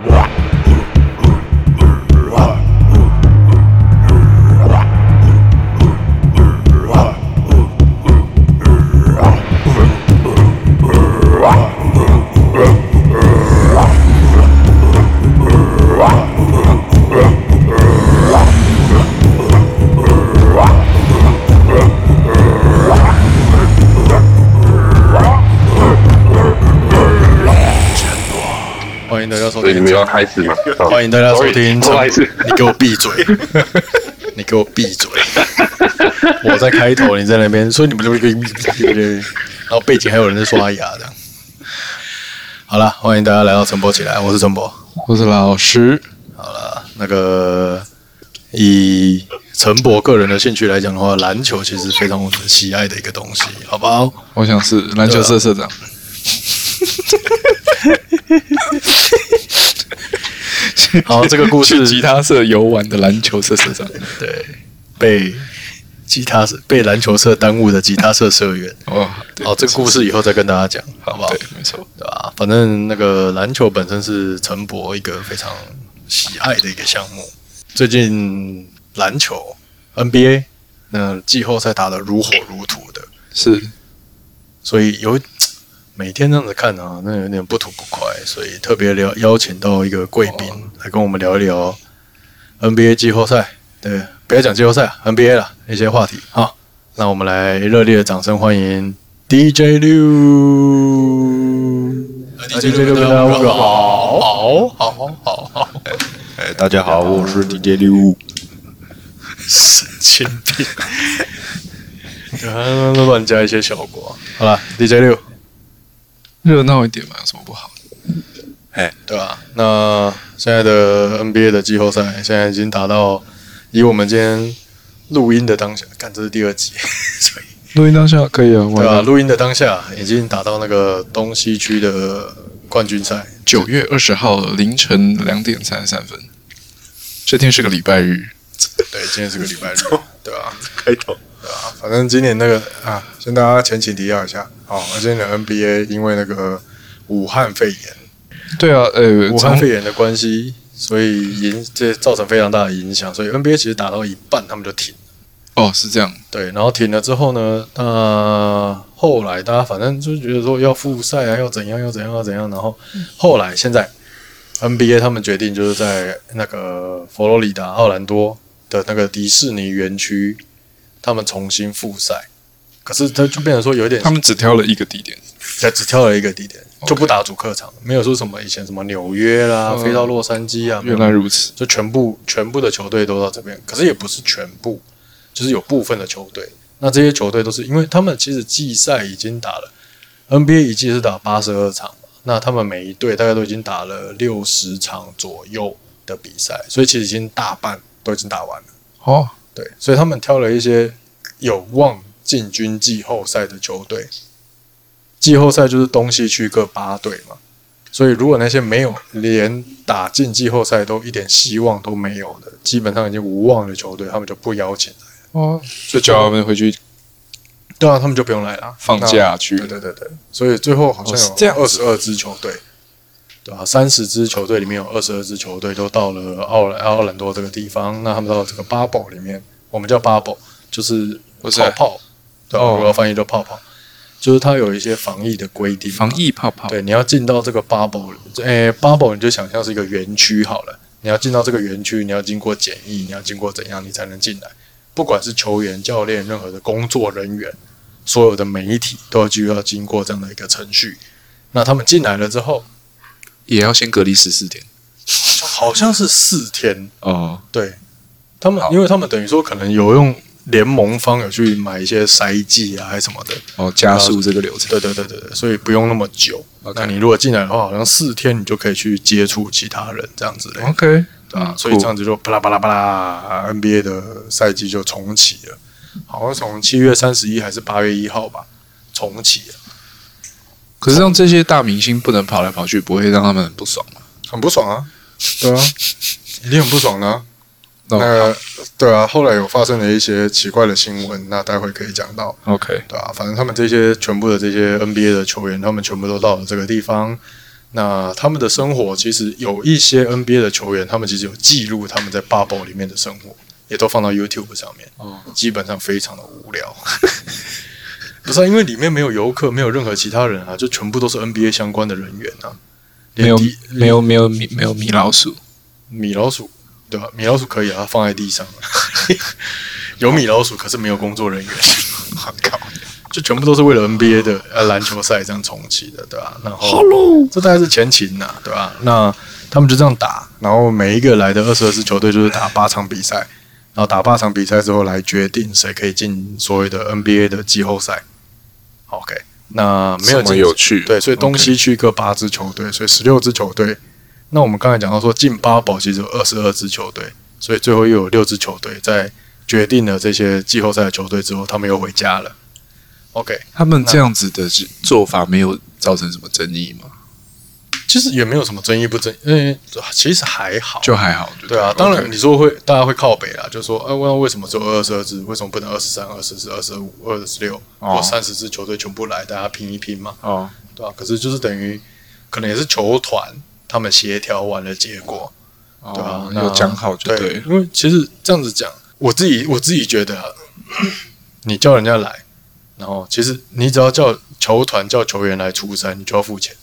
所以你们要开始吗？ 欢迎大家收听。不好意思，你给我闭嘴！你给我闭嘴！我在开头，你在那边，所以你们就然后背景还有人在刷牙，这样。好了，欢迎大家来到陈博起来，我是陈博， 我是老师。 好了，那个以陈博个人的兴趣来讲的话，篮球其实非常我喜爱的一个东西，好不好？ 我想是篮球社社长。 好，这个故事， 吉他社游玩的篮球社社长， 对，被篮球社耽误的吉他社社员。好，这个故事以后再跟大家讲，好不好？ 对，没错， 对吧？反正那个篮球本身是陈博一个非常喜爱的一个项目。最近篮球 NBA 那季后赛打得如火如荼的， 是， 所以每天这样子看啊，那有点不吐不快，所以特别邀请到一个贵宾来跟我们聊一聊 NBA 季后赛，对，不要讲季后赛 ，NBA 啦一些话题啊。那我们来热烈的掌声欢迎 DJ 六，DJ 六跟大家问个好。 大家好，我是 DJ 六， 神经病，乱加一些效果。好了 ，DJ 六。 热闹一点嘛，有什么不好？ 对吧？那现在的 NBA 的季后赛，现在已经打到以我们今天录音的当下，这是第2集，所以录音当下可以啊， 对吧？录音的当下已经打到那个东西区的冠军赛 ，9月20号凌晨2点33分。这天是个礼拜日， 对，今天是个礼拜日，对吧？ 开头。 对啊，反正今年那个先大家前情提要一下。今年的 NBA 因为那个武汉肺炎， 对啊， 武汉肺炎的关系，所以这造成非常大的影响，所以 NBA 其实打到一半他们就停了。 哦，是这样。 对，然后停了之后呢，后来大家反正就觉得说要复赛啊，要怎样，然后后来现在 NBA 他们决定就是在那个佛罗里达奥兰多的那个迪士尼园区。他们重新复赛，可是他就变成说有点， 他们只挑了一个地点， 只挑了一个地点，就不打主客场，没有说什么以前什么纽约啦，飞到洛杉矶啊， 原来如此， 就全部的球队都到这边，可是也不是全部，就是有部分的球队。那这些球队都是因为他们其实季赛已经打了 ，NBA 一季是打82场嘛，那他们每一队大概都已经打了60场左右的比赛，所以其实已经大半都已经打完了。 哦。 对，所以他们挑了一些有望进军季后赛的球队。季后赛就是东西区各8队嘛，所以如果那些没有连打进季后赛都一点希望都没有的，基本上已经无望的球队，他们就不邀请来了。 哦，所以叫他们回去。 对啊，他们就不用来了， 放假去。 对，所以最后好像有22支球队。对啊，30支球队里面有22支球队都到了奥兰多这个地方，那他们到了这个 bubble 里面，我们叫 bubble， 就是泡泡，对，我要翻译叫泡泡，就是它有一些防疫的规定， 防疫泡泡， 对，你要进到这个 bubble，bubble 你就想象是一个园区好了，你要进到这个园区，你要经过检疫，你要经过怎样你才能进来，不管是球员、教练，任何的工作人员，所有的媒体都要经过这样的一个程序，那他们进来了之后。 也要先隔离14天， 好像是4天哦。 对，他们因为他们等于说可能有用联盟方有去买一些筛剂啊还是什么的， 加速这个流程。 对，所以不用那么久。那你如果进来的话，好像4天你就可以去接触其他人这样子的。 OK， 对啊，所以这样子就啪啦 ，NBA 的赛季就重启了，好像从7月31还是8月1号吧，重启了。 可是让这些大明星不能跑来跑去，不会让他们很不爽吗？ 很不爽啊，对啊，一定很不爽的啊。对啊，后来有发生了一些奇怪的新闻，那待会可以讲到。 OK， 对啊，反正他们这些全部的这些 NBA 的球员，他们全部都到了这个地方。 那他们的生活其实有一些 NBA 的球员，他们其实有记录他们在 bubble 里面的生活，也都放到 YouTube 上面，基本上非常的无聊。不是、啊，因为里面没有游客，没有任何其他人啊，就全部都是 NBA 相关的人员啊。 没有米老鼠， 米老鼠对吧？米老鼠可以啊，放在地上。有米老鼠，可是没有工作人员。我靠！就全部都是为了 NBA 的篮球赛这样重启的，对吧？然后这大概是前情呐，对吧？那他们就这样打，然后每一个来的22支球队就是打8场比赛，然后打8场比赛之后来决定谁可以进所谓的 NBA 的季后赛。OK， 那没有这么有趣， 对，所以东西区各8支球队，所以16支球队。那我们刚才讲到说进bubble其实有22支球队，所以最后又有6支球队在决定了这些季后赛的球队之后，他们又回家了。OK， 他们这样子的做法没有造成什么争议吗？ 其实也没有什么争议不争议，因为其实还好， 就还好， 对啊。当然你说大家会靠北啦，就说为什么只有22支？为什么不能23、24、25、26或30支球队全部来，大家拼一拼嘛？哦，对啊。可是就是等于可能也是球团他们协调完的结果，对吧？ 有讲好就对。 因为其实这样子讲，我自己觉得、啊，你叫人家来。然后，其实你只要叫球团叫球员来出赛，你就要付钱。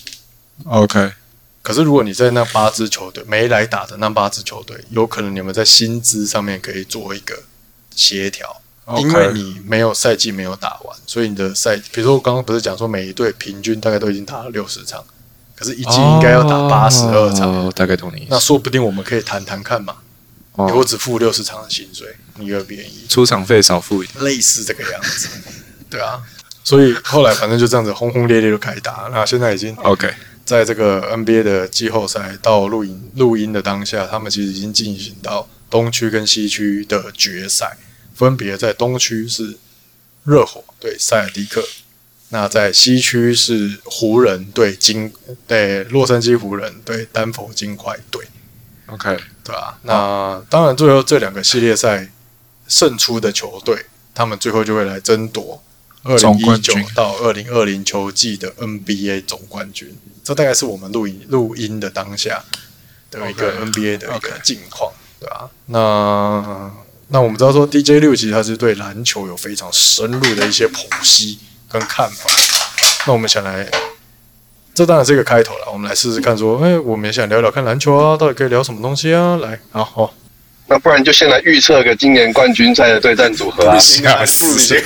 OK。 可是如果你在那8支球队没来打的那8支球队，有可能你们在薪资上面可以做一个协调，因为你没有赛季没有打完，所以你的比如说我刚刚不是讲说每一队平均大概都已经打了60场，可是一季应该要打82场， 大概懂你意思。 那说不定我们可以谈谈看嘛。我只付60场的薪水，你愿不愿意？ 出场费少付一点， 类似这个样子，对啊。所以后来反正就这样子轰轰烈烈就开打。那现在已经 OK， 在这个 NBA 的季后赛到录音的当下，他们其实已经进行到东区跟西区的决赛，分别在东区是热火对塞尔迪克，那在西区是湖人对洛杉矶湖人对丹佛金块队。 OK， 对吧？那当然，最后这2个系列赛胜出的球队，他们最后就会来争夺2019到2020球季的 NBA 总冠军。这大概是我们录音的当下的一个 NBA 的一个境况，对吧？那我们知道说 DJ6 其实他是对篮球有非常深入的一些剖析跟看法。那我们想来。这当然是一个开头了，我们来试试看说，我们也想聊聊看篮球啊，到底可以聊什么东西啊？来，好， 那不然就先来预测个今年冠军赛的对战组合啊！ 吓死！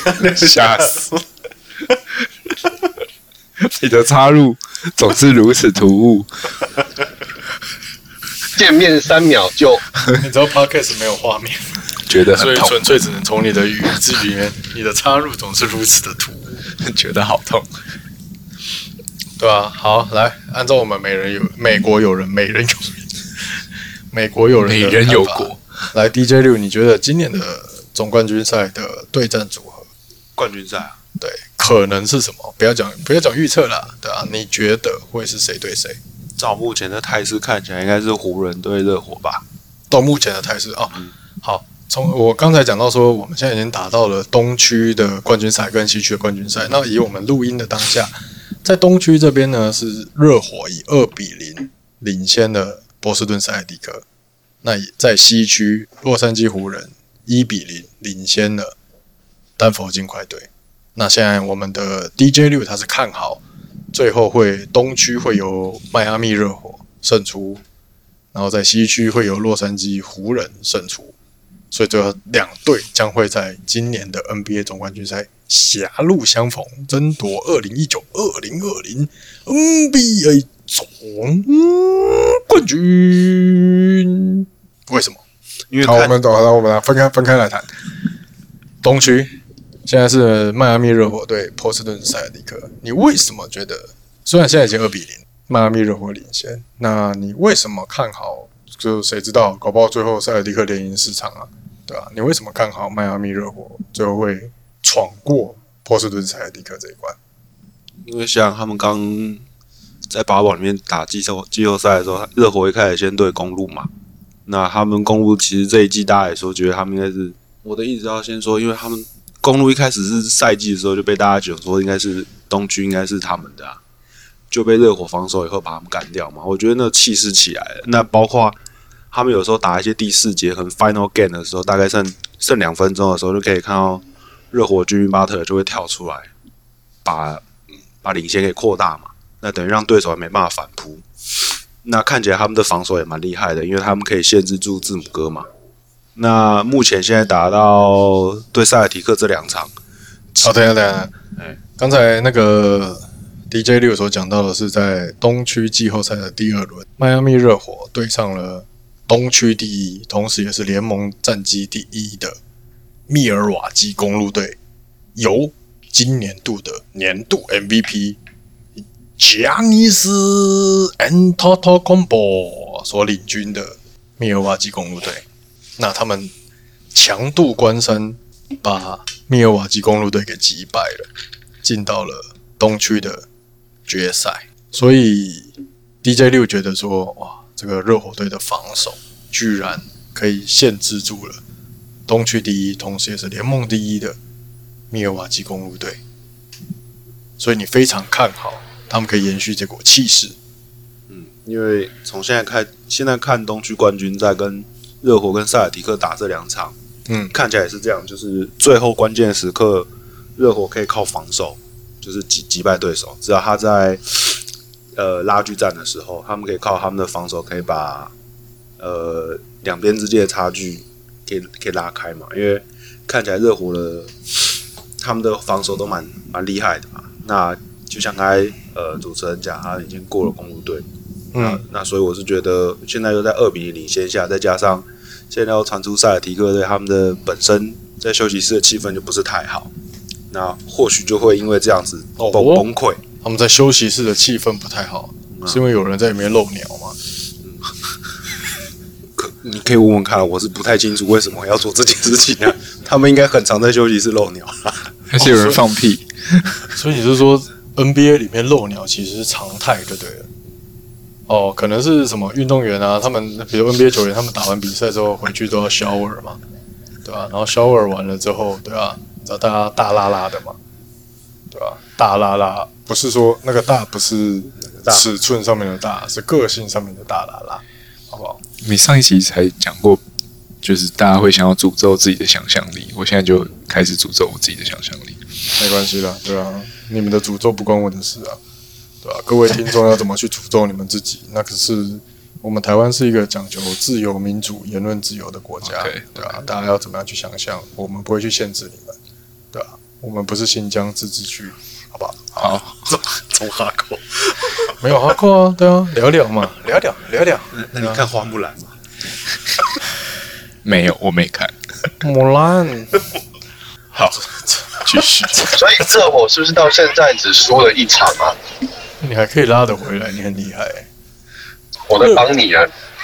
你的插入总是如此突兀。 见面3秒就， 你知道 Podcast 没有画面， 觉得很痛， 所以纯粹只能从你的语句里面，你的插入总是如此的突兀， 觉得好痛。 对啊，好，来，按照我们美国有人有国，来 DJ6， 你觉得今年的总冠军赛的对战组合， 冠军赛啊， 对，可能是什么？不要讲预测啦，对啊，你觉得会是谁对谁？ 照目前的态势看起来，应该是湖人对热火吧？ 到目前的态势啊，好，从我刚才讲到说，我们现在已经打到了东区的冠军赛跟西区的冠军赛，那以我们录音的当下。在东区这边呢，是热火以2-0领先了波士顿塞尔蒂克。那在西区，洛杉矶湖人1-0领先了丹佛金块队。那现在我们的 DJ6 他是看好最后东区会由迈阿密热火胜出，然后在西区会由洛杉矶湖人胜出。所以最后2队将会在今年的 NBA 总冠军赛狭路相逢，争夺2019-2020 NBA 总冠军。为什么？ 因为好，我们来分开来谈。东区现在是迈阿密热火对波士顿塞尔蒂克，你为什么觉得虽然现在已经2-0，迈阿密热火领先，那你为什么看好？就谁知道，搞不好最后塞尔蒂克连赢4场啊，对吧？你为什么看好迈阿密热火最后会闯过波士顿塞尔蒂克这一关？ 因为像他们刚在巴堡里面打季后赛的时候，热火一开始先对公鹿嘛，那他们公鹿其实这一季大家来说，觉得他们应该是，我的意思要先说，因为他们公鹿一开始是赛季的时候就被大家讲说应该是东区应该是他们的啊， 就被热火防守以后把他们干掉嘛。我觉得那气势起来了。那包括他们有时候打一些第4节很 final game 的时候，大概剩2分钟的时候，就可以看到热火Jimmy Butler就会跳出来，把领先给扩大嘛。那等于让对手也没办法反扑。那看起来他们的防守也蛮厉害的，因为他们可以限制住字母哥嘛。那目前现在打到对塞尔提克这2场， 等一下，刚才那个 DJ 六所讲到的是在东区季后赛的第2轮，迈阿密热火对上了东区第1，同时也是联盟战绩第1的密尔瓦基公鹿队，由今年度的年度 MVP Giannis Antetokounmpo 所领军的密尔瓦基公鹿队。那他们强渡关山，把密尔瓦基公鹿队给击败了，进到了东区的决赛。所以 DJ 六觉得说，哇，这个热火队的防守居然可以限制住了东区第1，同时也是联盟第1的密尔瓦基公鹿队。所以你非常看好他们可以延续这股气势。 因为从现在看东区冠军赛跟热火跟塞尔提克打这2场，看起来也是这样，就是最后关键时刻，热火可以靠防守，就是击败对手。只要他在拉锯战的时候，他们可以靠他们的防守，可以把两边之间的差距可以拉开嘛。因为看起来热火他们的防守都蛮厉害的嘛。那就像刚才主持人讲，他已经过了公鹿队。那所以我是觉得现在又在2-0领先下，再加上现在又传出塞尔提克队他们的本身在休息室的气氛就不是太好，那或许就会因为这样子崩溃。 他们在休息室的气氛不太好，是因为有人在里面漏鸟吗？ 你可以问问看，我是不太清楚为什么要做这件事情啊。他们应该很常在休息室漏鸟啦， 还是有人放屁？ 所以你是说 NBA 里面漏鸟其实是常态就对了。可能是什么运动员啊，他们比如 NBA 球员，他们打完比赛之后回去都要 shower 嘛，对吧？然后 shower 完了之后，对吧？找大家大拉拉的嘛，对吧？大拉拉不是说那个大不是尺寸上面的大，是个性上面的大拉拉，好不好？ 你上一集才讲过，就是大家会想要诅咒自己的想象力，我现在就开始诅咒我自己的想象力。 没关系啦，对啊，你们的诅咒不关我的事啊。对吧？各位听众要怎么去诅咒你们自己？那可是我们台湾是一个讲究自由民主、言论自由的国家，对吧？大家要怎么样去想象？我们不会去限制你们，对吧？我们不是新疆自治区，好不好？ 好， 从哈扣没有哈扣啊，对啊，聊聊嘛，聊聊。 那你看花木兰吗？ 没有，我没看。 木兰， 好，继续。 所以热火是不是到现在只输了1场啊？ 你还可以拉得回来，你很厉害欸。 我在帮你啊！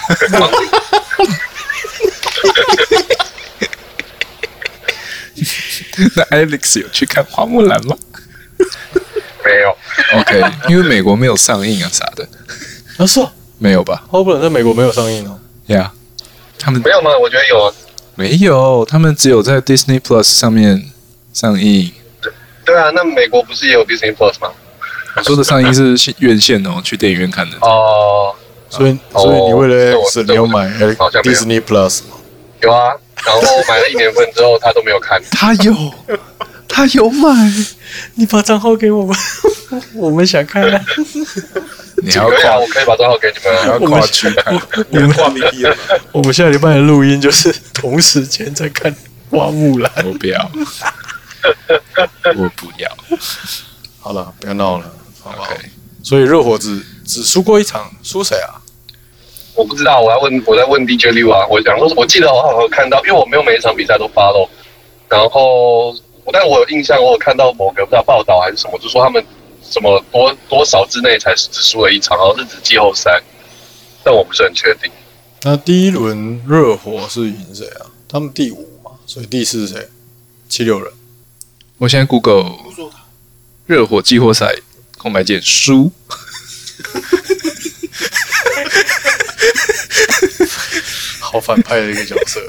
那 Alex 有去看花木兰吗？ 没有。 OK， 因为美国没有上映啊啥的。 啊，是啊， 没有吧？ 花木兰在美国没有上映哦。 呀，他们没有吗？我觉得有啊。 没有，他们只有在 Disney Plus 上面上映。 对啊，那美国不是也有 Disney Plus 吗？ 我说的上映是院线哦，去电影院看的。 哦， 所以你为了 X 你有买 Disney Plus 吗？ 有啊，然后买了1年份之后，他都没有看。 他有买， 你把账号给我们，我们想看啊。 你还要可以啊，我可以把账号给你们。 还要跨区看， 你们挂 VP 了吗？ 我们下礼拜的录音就是同时间在看花木兰。 我不要，我不要。 好了，不要闹了，好不好？ OK， 所以热火只输过1场，输谁啊？ 我不知道，我在问 DJ 六啊。我想说，我记得我好像有看到，因为我没有每一场比赛都 follow， 然后但我有印象，我有看到某个不知道报道还是什么，就说他们什么多少之内才只输了1场，然后是指季后赛，但我不是很确定。 那第1轮热火是赢谁啊？他们第5嘛，所以第4是谁？76人。 我现在 Google 热火季后赛空白键输。 好反派的一个角色。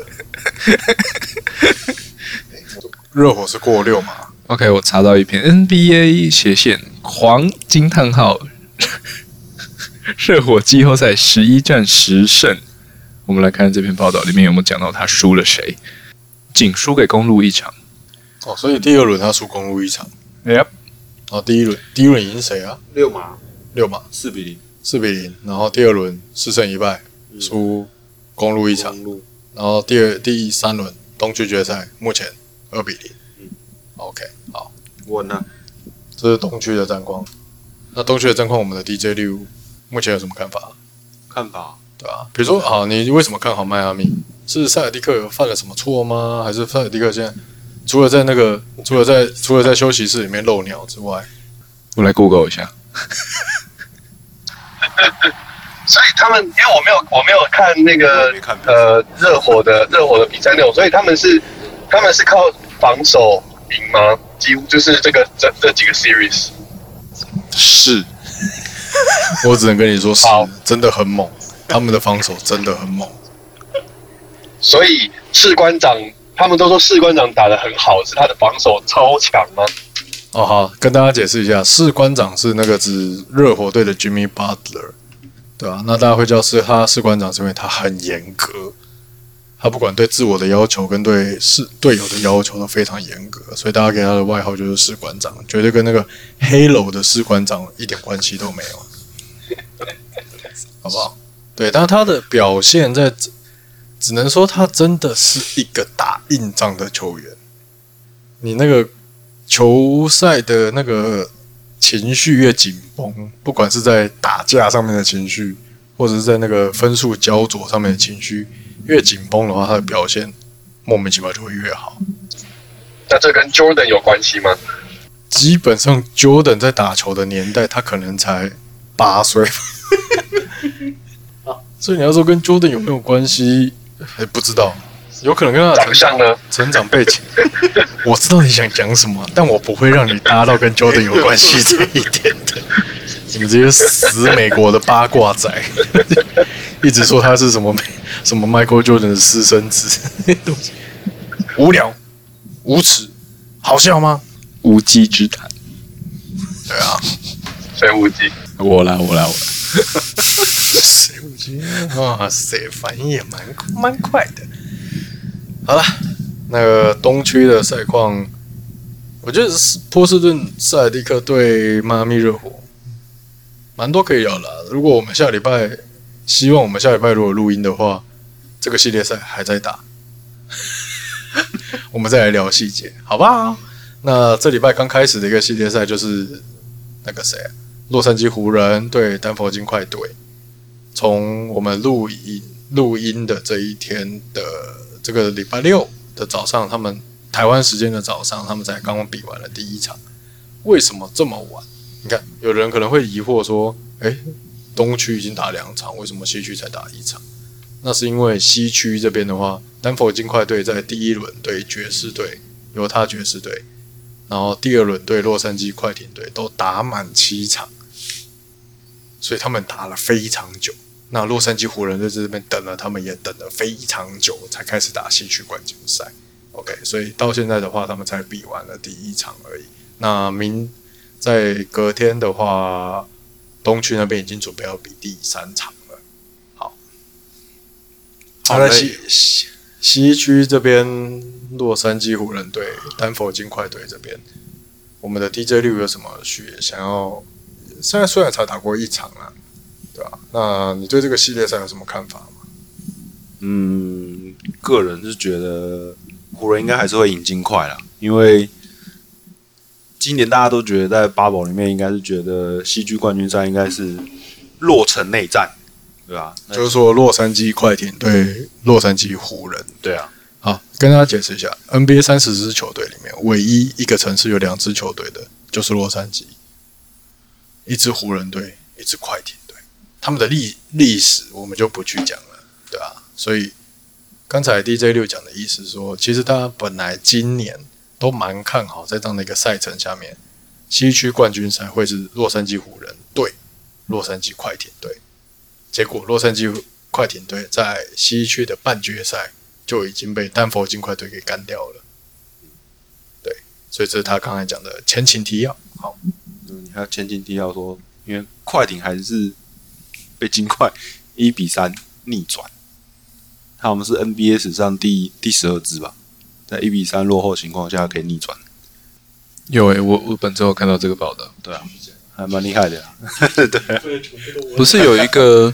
热火是过6嘛 OK， 我查到一篇 NBA 斜线狂惊叹号热火季后赛11战10胜。我们来看这篇报道里面有没有讲到他输了谁？仅输给公鹿1场。 哦，所以第二轮他输公鹿1场。 Yep。 哦，第一轮赢谁啊 6码 ？6码 4-0， 4-0。然后第二轮4胜1败，输公鹿1场。然后第三轮东区决赛，目前2-0。OK， 好， 稳了。 这是东区的战况。那东区的战况，我们的 DJ 六目前有什么看法？对啊，比如说，好，你为什么看好迈阿密？是塞尔蒂克有犯了什么错吗？还是塞尔蒂克现在除了在休息室里面漏鸟之外， 我来 Google 一下。 所以他们，因为我没有看那个热火的比赛内容，所以他们是靠防守赢吗？几乎就是这几个 series。 是，我只能跟你说是，真的很猛，他们的防守真的很猛。 所以士官长他们都说士官长打得很好，是他的防守超强吗？ 哦，好，跟大家解释一下，士官长是那个指热火队的 Jimmy Butler， 对啊，那大家会叫他士官长，是因为他很严格，他不管对自我的要求跟对队友的要求都非常严格，所以大家给他的外号就是士官长，绝对跟那个 Halo 的士官长一点关系都没有，好不好？对，但他的表现只能说他真的是一个打硬仗的球员。你那个球赛的那个情绪越紧绷，不管是在打架上面的情绪，或者是在那个分数焦灼上面的情绪越紧绷的话，他的表现莫名其妙就会越好。 那这跟 Jordan 有关系吗？ 基本上 Jordan 在打球的年代，他可能才8岁，所以你要说跟 Jordan 有没有关系？还不知道，有可能跟他的长相呢？ 成长背景。我知道你想讲什么，但我不会让你搭到跟 Jordan 有关系这一点的。你们这些死美国的八卦仔，一直说他是什么 Michael Jordan 的私生子，无聊、无耻，好笑吗？ 无稽之谈。 对啊， 谁无稽？ 我啦。 谁无稽？哇塞，反应也蛮快的。好了，那个东区的赛况，我觉得是波士顿塞尔蒂克对迈阿密热火，蛮多可以聊的啦。如果我们希望我们下礼拜如果录音的话，这个系列赛还在打，我们再来聊细节，好不好？那这礼拜刚开始的一个系列赛就是那个谁，洛杉矶湖人对丹佛金块队。从我们录音的这一天的这个礼拜六的早上，他们台湾时间的早上，他们才刚刚比完了第一场。为什么这么晚？你看，有人可能会疑惑说：“东区已经打2场，为什么西区才打1场？”那是因为西区这边的话，丹佛金块队在第一轮对爵士队、犹他爵士队，然后第二轮对洛杉矶快艇队都打满7场，所以他们打了非常久。那洛杉矶湖人在这边等了，他们也等了非常久，才开始打西区冠军赛。OK， 所以到现在的话，他们才比完了第一场而已。那在隔天的话，东区那边已经准备要比第3场了。好，在西区这边，洛杉矶湖人队、丹佛金块队这边，我们的 DJ 六有什么想要？现在虽然才打过1场啦。对啊，那你对这个系列赛有什么看法吗？ 个人是觉得湖人应该还是会赢金块啦，因为今年大家都觉得在bubble里面应该是觉得西区冠军赛应该是洛城内战，对吧？ 就是说洛杉矶快艇对洛杉矶湖人。 对啊， 好，跟大家解释一下 ，NBA 30支球队里面，唯一一个城市有2支球队的，就是洛杉矶，一支湖人队，一支快艇。他们的历史我们就不去讲了，对啊，所以刚才 DJ 六讲的意思说，其实他本来今年都蛮看好在这样的一个赛程下面，西区冠军赛会是洛杉矶湖人对洛杉矶快艇队，结果洛杉矶快艇队在西区的半决赛就已经被丹佛金块队给干掉了，对，所以这是他刚才讲的前情提要。好， 你还有前情提要说，因为快艇还是被金块1-3逆转，他们是 NBA 史上第12支吧，在1-3落后情况下可以逆转。 有我本周有看到这个报道， 对啊，还蛮厉害的啦。对啊， 不是有一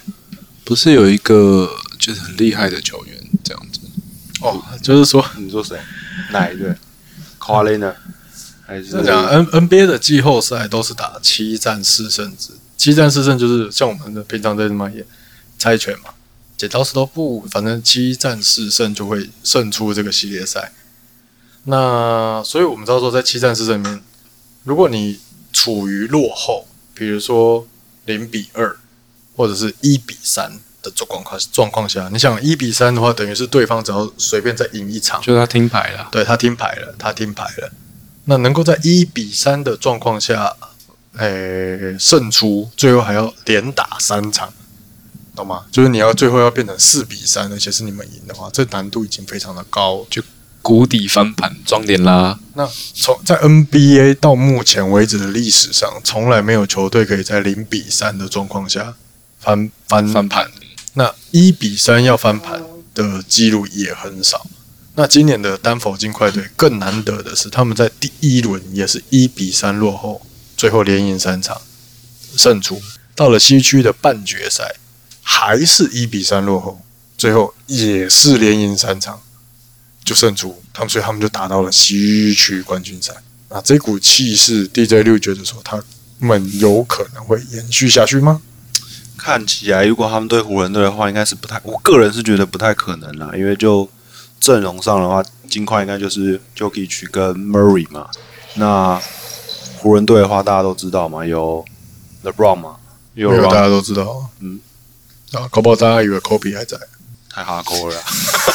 个就是很厉害的球员这样子。 哦，就是说， 你说谁？哪一个 ？Kawhi呢？还是这样 NBA 的季后赛都是打7战4胜制，7战4胜就是像我们的平常在那也猜拳嘛，剪刀石头布，反正7战4胜就会胜出这个系列赛。那所以我们知道说，在7战4胜里面，如果你处于落后，比如说0-2或者是1-3的状况下，你想1-3的话，等于是对方只要随便再赢一场， 就是他听牌了， 对他听牌了。那能够在1-3的状况下，胜出，最后还要连打3场，懂吗？就是你要最后要变成4-3，而且是你们赢的话，这难度已经非常的高， 就谷底翻盘，装点啦。 那在 NBA 到目前为止的历史上，从来没有球队可以在0-3的状况下翻盘。那1-3要翻盘的记录也很少。那今年的丹佛金块队更难得的是，他们在第1轮也是1-3落后，最后连赢3场胜出。到了西区的半决赛，还是1-3落后，最后也是连赢3场就胜出。所以他们就打到了西区冠军赛。那这股气势 ，DJ 六觉得说他们有可能会延续下去吗？ 看起来，如果他们对湖人队的话，应该是不太，我个人是觉得不太可能啦，因为就阵容上的话，金块应该就是 Jokic 跟 Murray 嘛。那湖人队的话，大家都知道嘛，有 LeBron 嘛，有大家都知道。搞不好大家以为 Kobe 还在， 太哈扣了啦。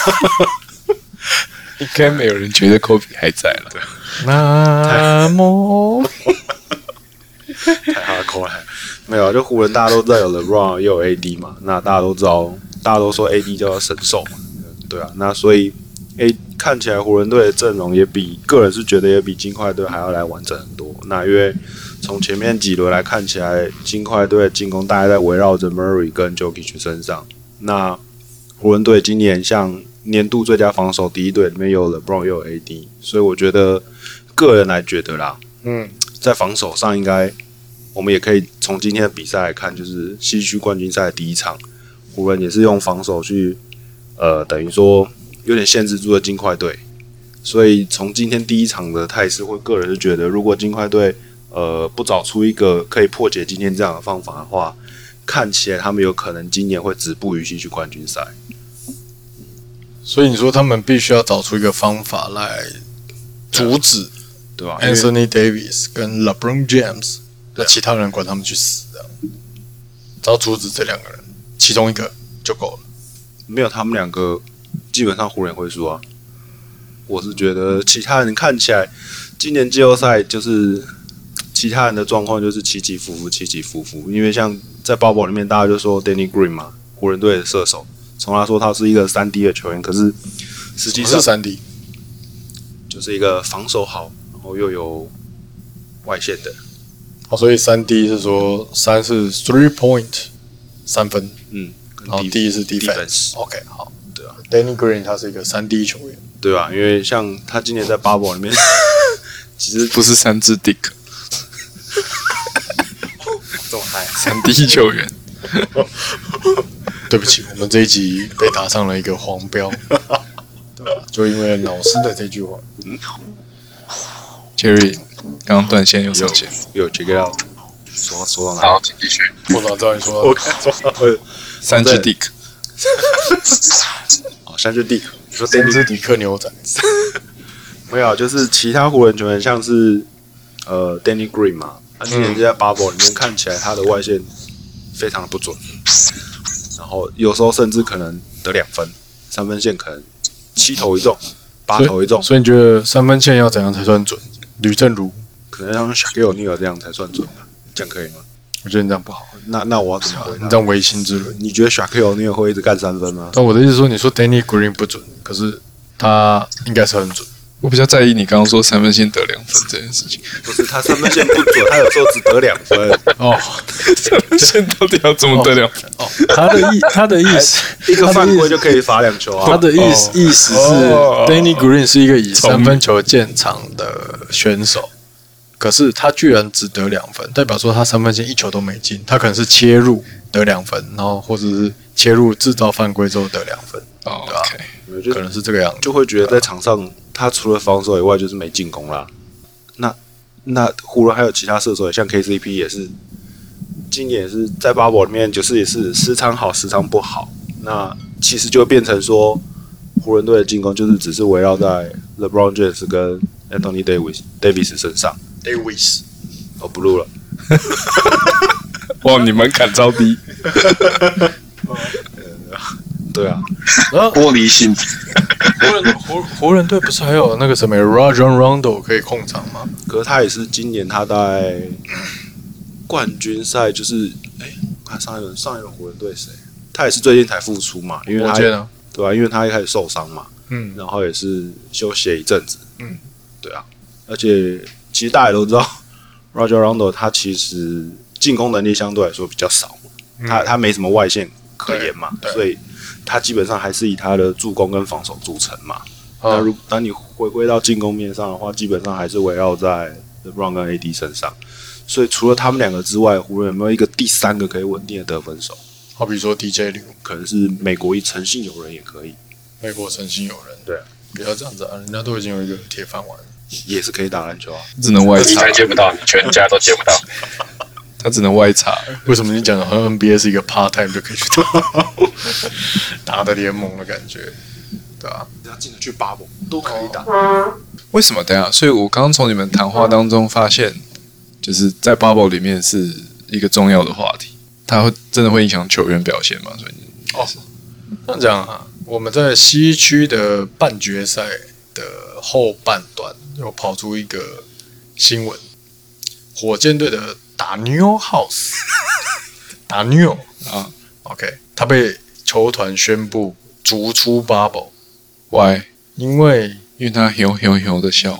应该没有人觉得 Kobe 还在了。 那么太哈扣了，没有，就湖人大家都知道有 LeBron 也有 AD 嘛，那大家都知道，大家都说 AD 叫神兽嘛，对啊，那所以看起来湖人队的阵容也比个人是觉得也比金块队还要来完整很多。那因为从前面几轮来看起来，金块队的进攻大概在围绕着 Murray 跟 Jokic 身上。那湖人队今年像年度最佳防守第一队里面有 LeBron 又有 AD， 所以我觉得个人来觉得啦，在防守上应该我们也可以从今天的比赛来看，就是西区冠军赛的第一场，湖人也是用防守去等于说有点限制住了金块队。所以从今天第一场的态势，我个人是觉得，如果金块队不找出一个可以破解今天这样的方法的话，看起来他们有可能今年会止步于西区冠军赛。 所以你说他们必须要找出一个方法来阻止， 对吧 ？Anthony Davis 跟 LeBron James， 那其他人管他们去死，这样，只要阻止这2个人，其中一个就够了。 没有他们2个，基本上湖人会输啊。我是觉得其他人看起来，今年季后赛就是其他人的状况就是起起伏伏，因为像在包包里面，大家就说 Danny Green 嘛，湖人队的射手。从他说他是一个3D 的球员，可是实际上是3D， 就是一个防守好，然后又有外线的。 所以3D 是说3是 3 point 3分，然后 D 是 defense。OK， 好， 对啊 ，Danny Green 他是一个3D 球员， 对吧？因为像他今年在bubble里面，其实不是3只 Dick， 这么嗨 3D 球员。 对不起，我们这一集被打上了一个黄标，对吧？就因为老师的这句话。 Jerry 刚刚断线又上线， 有 check it out， 说到哪？ 好，请继续。 我哪知道你说到我看说到 3只 Dick， 3只 Dick， 你说 3只迪克牛仔， 没有，就是其他湖人球员，像是Danny Green 嘛，他今年就在 bubble 里面看起来他的外线非常的不准，然后有时候甚至可能得2分，3分线可能7投一中，8投一中， 所以你觉得3分线要怎样才算准？吕正如， 可能像 Shaquille O'Neal 这样才算准吧？这样可以吗？ 我觉得你这样不好， 那我要怎么回答？ 你这样唯心之论。 你觉得 Shaquille O'Neal 会一直干3分吗？ 但我的意思说，你说 Danny Green 不准，可是他应该是很准。 我比较在意你刚刚说三分线得2分这件事情。 不是他三分线不准，他有时候只得2分。 哦， 三分线到底要怎么得2分？ 哦，他的意思， 一个犯规就可以罚2球啊。 他的意思是，Danny Green 是一个以3分球见长的选手，可是他居然只得2分，代表说他三分线1球都没进，他可能是切入得2分，然后或者是切入制造犯规之后得2分，对吧？可能是这个样子， 就会觉得在场上他除了防守以外就是没进攻啦。那湖人还有其他射手，像 KCP 也是，今年也是在 bubble 里面，就是也是时常好时常不好。那其实就变成说，湖人队的进攻就是只是围绕在 LeBron James 跟 Anthony Davis 身上。 Davis 哦，blue 了。 哇，你门槛超低。 对啊， 然后玻璃心。 湖人队不是还有那个什么 Rajon Rondo 可以控场吗？ 可是他也是今年他在冠军赛，就是他上一轮湖人队谁？他也是最近才复出嘛，因为他对啊，因为他一开始受伤嘛，然后也是休息一阵子，对啊，而且其实大家都知道 ，Rajon Rondo 他其实进攻能力相对来说比较少嘛，他没什么外线可言嘛，所以他基本上还是以他的助攻跟防守著称嘛。那当你回归到进攻面上的话，基本上还是围绕在 LeBron 跟 AD 身上。所以除了他们2个之外，湖人有没有一个第3个可以稳定的得分手？ 好比说 DJ 刘， 可能是美国诚信友人也可以。 美国诚信友人， 对啊， 不要这样子啊，人家都已经有一个铁饭碗， 也是可以打篮球啊， 只能外插， 你才接不到，你全家都接不到。 他只能外插。 为什么你讲的好像 NBA 是一个 part time 就可以去打的联盟的感觉？对啊， 只要进得去 bubble 都可以打。 为什么？等一下，所以我刚刚从你们谈话当中发现，就是在 bubble 里面是一个重要的话题，它会真的会影响球员表现吗？所以这样讲啊，我们在西区的半决赛的后半段又跑出一个新闻，火箭队的打 New House 打 New 啊 ，OK， 他被球团宣布逐出 bubble。 Why？ 因为他嘿的笑。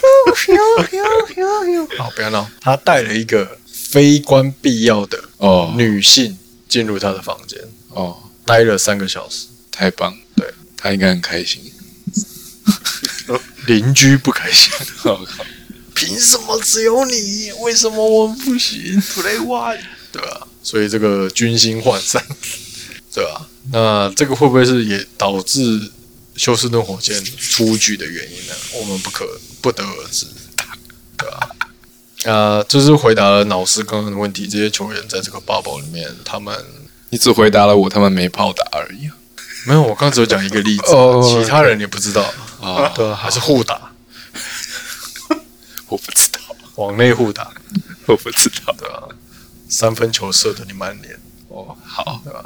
好，不要闹，他带了一个非关必要的女性进入他的房间，待了3个小时， 太棒， 对， 他应该很开心。 邻居不开心，凭什么只有你？为什么我们不行 ？Play one， 对吧？所以这个军心涣散，对吧？那这个会不会是也导致休斯顿火箭出局的原因呢？我们不得而知，对吧？这是回答了老师刚刚的问题。这些球员在这个 bubble 里面， 你只回答了我，他们没炮打而已。 没有，我刚只有讲一个例子，其他人也不知道对啊，还是互打， 我不知道， 往内互打， 我不知道， 对吧？3分球射的你满脸， 好， 对吧？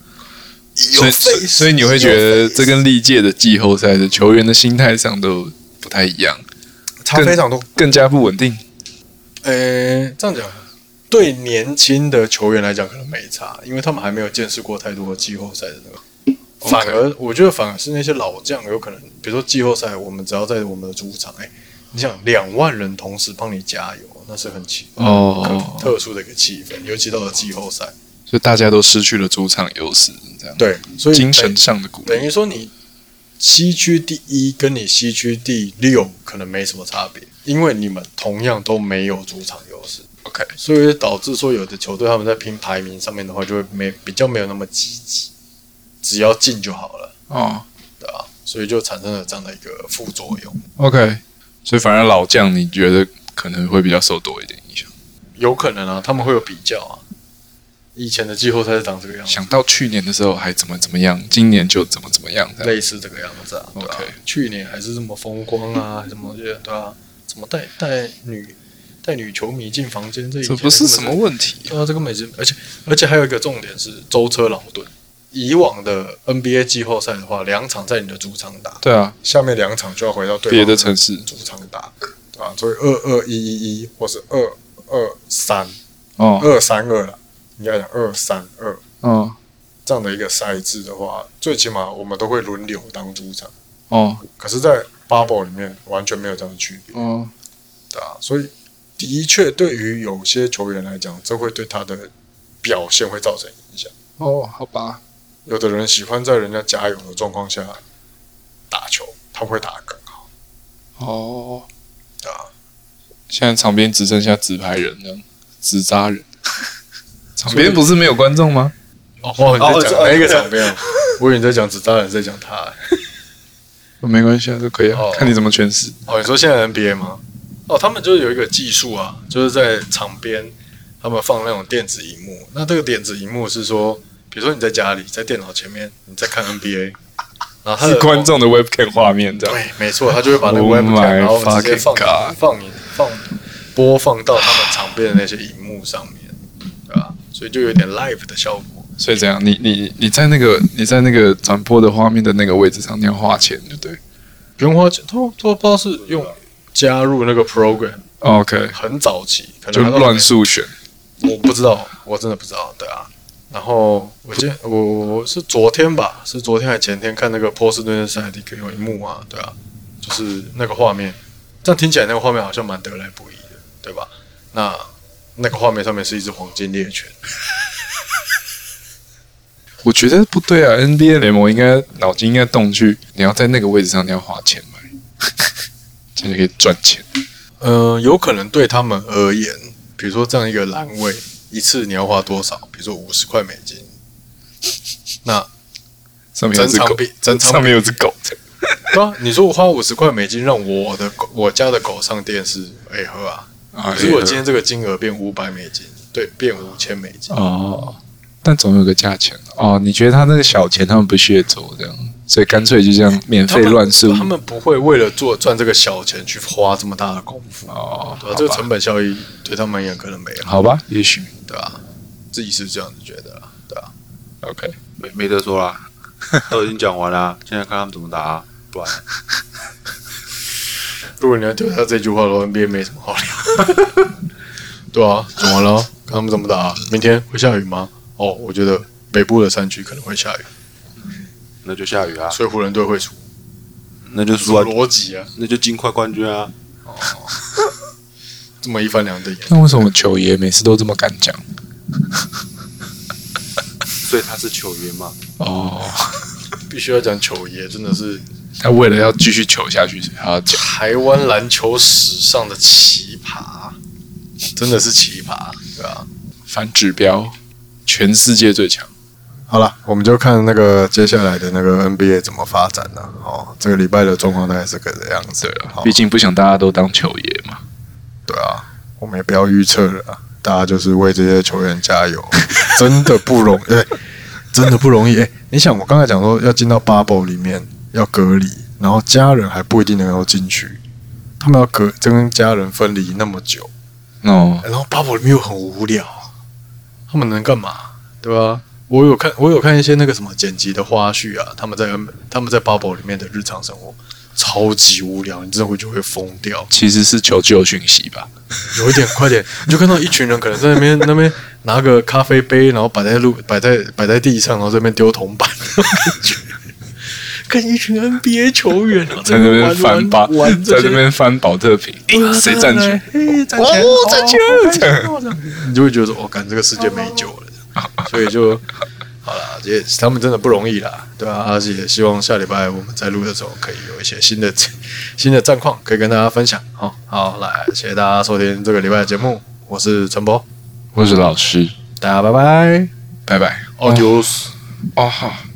所以你会觉得这跟历届的季后赛的球员的心态上都不太一样， 差非常多， 更加不稳定。 这样讲，对年轻的球员来讲可能没差，因为他们还没有见识过太多季后赛的那个。反而我觉得反而是那些老将有可能，比如说季后赛，我们只要在我们的主场，你想2万人同时帮你加油，那是很特殊的一个气氛，尤其到了季后赛， 所以大家都失去了主场优势，这样对，所以精神上的鼓励， 等于说你西区第1跟你西区第6可能没什么差别，因为你们同样都没有主场优势。 OK， 所以导致说有的球队他们在拼排名上面的话，就会比较没有那么积极，只要进就好了对吧？所以就产生了这样的一个副作用。 OK， 所以反而老将你觉得可能会比较受多一点影响？ 有可能啊，他们会有比较啊。以前的季后赛是长这个样子， 想到去年的时候还怎么样，今年就怎么样， 类似这个样子啊。对吧 OK， 去年还是这么风光啊，什么对吧？怎么带女球迷进房间，这不是什么问题对啊，这个每次，而且还有一个重点是舟车劳顿。以往的 NBA 季后赛的话，2场在你的主场打， 对啊， 下面2场就要回到对别的城市主场打，对吧？所以2-2-1-1-1或是2-2-3， 2-3-2了，应该讲2-3-2，这样的一个赛制的话，最起码我们都会轮流当主场， 哦可是，在 bubble 里面完全没有这样的区别， 哦， 对啊，所以的确对于有些球员来讲，这会对他的表现会造成影响。 哦，好吧， 有的人喜欢在人家加油的状况下打球，他会打得更好， 哦， 对啊。 现在场边只剩下纸牌人这样，纸扎人。场边不是没有观众吗？ 哦，你在讲哪一个场边？我以为你在讲纸扎人，在讲他。 没关系啊，都可以啊， 哦看你怎么诠释。 哦，你说现在 NBA 吗？哦，他们就是有一个技术啊，就是在场边他们放那种电子荧幕。那这个电子荧幕是说，比如说你在家里，在电脑前面你在看 NBA， 然后他是的观众的 webcam 画面这样。 对，没错，他就会把那个 Oh webcam， my 然后直接 fucking god 播放到他们场边的那些荧幕上面，对吧？所以就有点 live 的效果。 所以这样，你在那个转播的画面的那个位置上，你要花钱，对不对不用花钱，都不知道是用加入那个 program， ？OK， 很早期，可能就还都乱数选。 我不知道，我真的不知道，对啊。然后我是昨天吧，是昨天还前天看那个波士顿赛的有一幕啊，对啊，就是那个画面，这样听起来那个画面好像蛮得来不易的，对吧？那个画面上面是一只黄金猎犬， 我觉得不对啊，NBA 联盟脑筋应该动去，你要在那个位置上你要花钱买，这样就可以赚钱。 有可能对他们而言，比如说这样一个栏位，一次你要花多少？比如说$50，那上面有只狗， 整场上面有只狗。 对啊，你说我花$50让我家的狗上电视，喝啊。如果今天这个金额变$500，对，变$5000。 哦，但总有个价钱哦。你觉得他那个小钱他们不屑做这样，所以干脆就这样免费乱数。 他们不会为了赚这个小钱去花这么大的功夫哦， 对吧？这个成本效益对他们而言可能没有。 好吧，也许对吧？自己是这样子觉得啦，对吧 OK， 没得说啦，都已经讲完啦，现在看他们怎么打啊，不然如果你要丢下这句话的话 ，NBA 没什么好聊。对啊，讲完了，看他们怎么打。明天会下雨吗？哦，我觉得北部的山区可能会下雨， 那就下雨啊， 所以湖人队会输。什那就输啊， 么逻辑啊？ 那就尽快冠军啊。 这么一翻两瞪眼。 那为什么球爷每次都这么敢讲？ 所以他是球员嘛。 哦， 必须要讲球爷，真的是他为了要继续球下去，所以他要讲。 台湾篮球史上的奇葩，真的是奇葩，对吧？ 反指标，全世界最强。 好了，我们就看那个接下来的那个 NBA 怎么发展了。哦，这个礼拜的状况大概是个这样子。 对啊，毕竟不想大家都当球爷嘛。 对啊，我们也不要预测了啊，大家就是为这些球员加油，真的不容易，真的不容易。你想，我刚才讲说要进到 bubble 里面要隔离，然后家人还不一定能够进去，他们要跟家人分离那么久， 哦， 然后 bubble 里面又很无聊，他们能干嘛？对吧？我有看一些那个什么剪辑的花絮啊，他们在 bubble 里面的日常生活超级无聊，你真的会就会疯掉。 其实是求救讯息吧。 有一点，快点，你就看到一群人可能在那边拿个咖啡杯，然后摆在地上，然后在那边丢铜板，跟一群 NBA 球员在那边翻玩在那边翻保特瓶，谁占全？ 占全，占全，你就会觉得说，哦，感这个世界没救了。所以就好啦，也他们真的不容易啦，对吧？而且也希望下礼拜我们在录的时候可以有一些新的战况可以跟大家分享。好，来，谢谢大家收听这个礼拜的节目，我是陈博， 我是老师， 大家拜拜， 拜拜。 Adios。 哦好。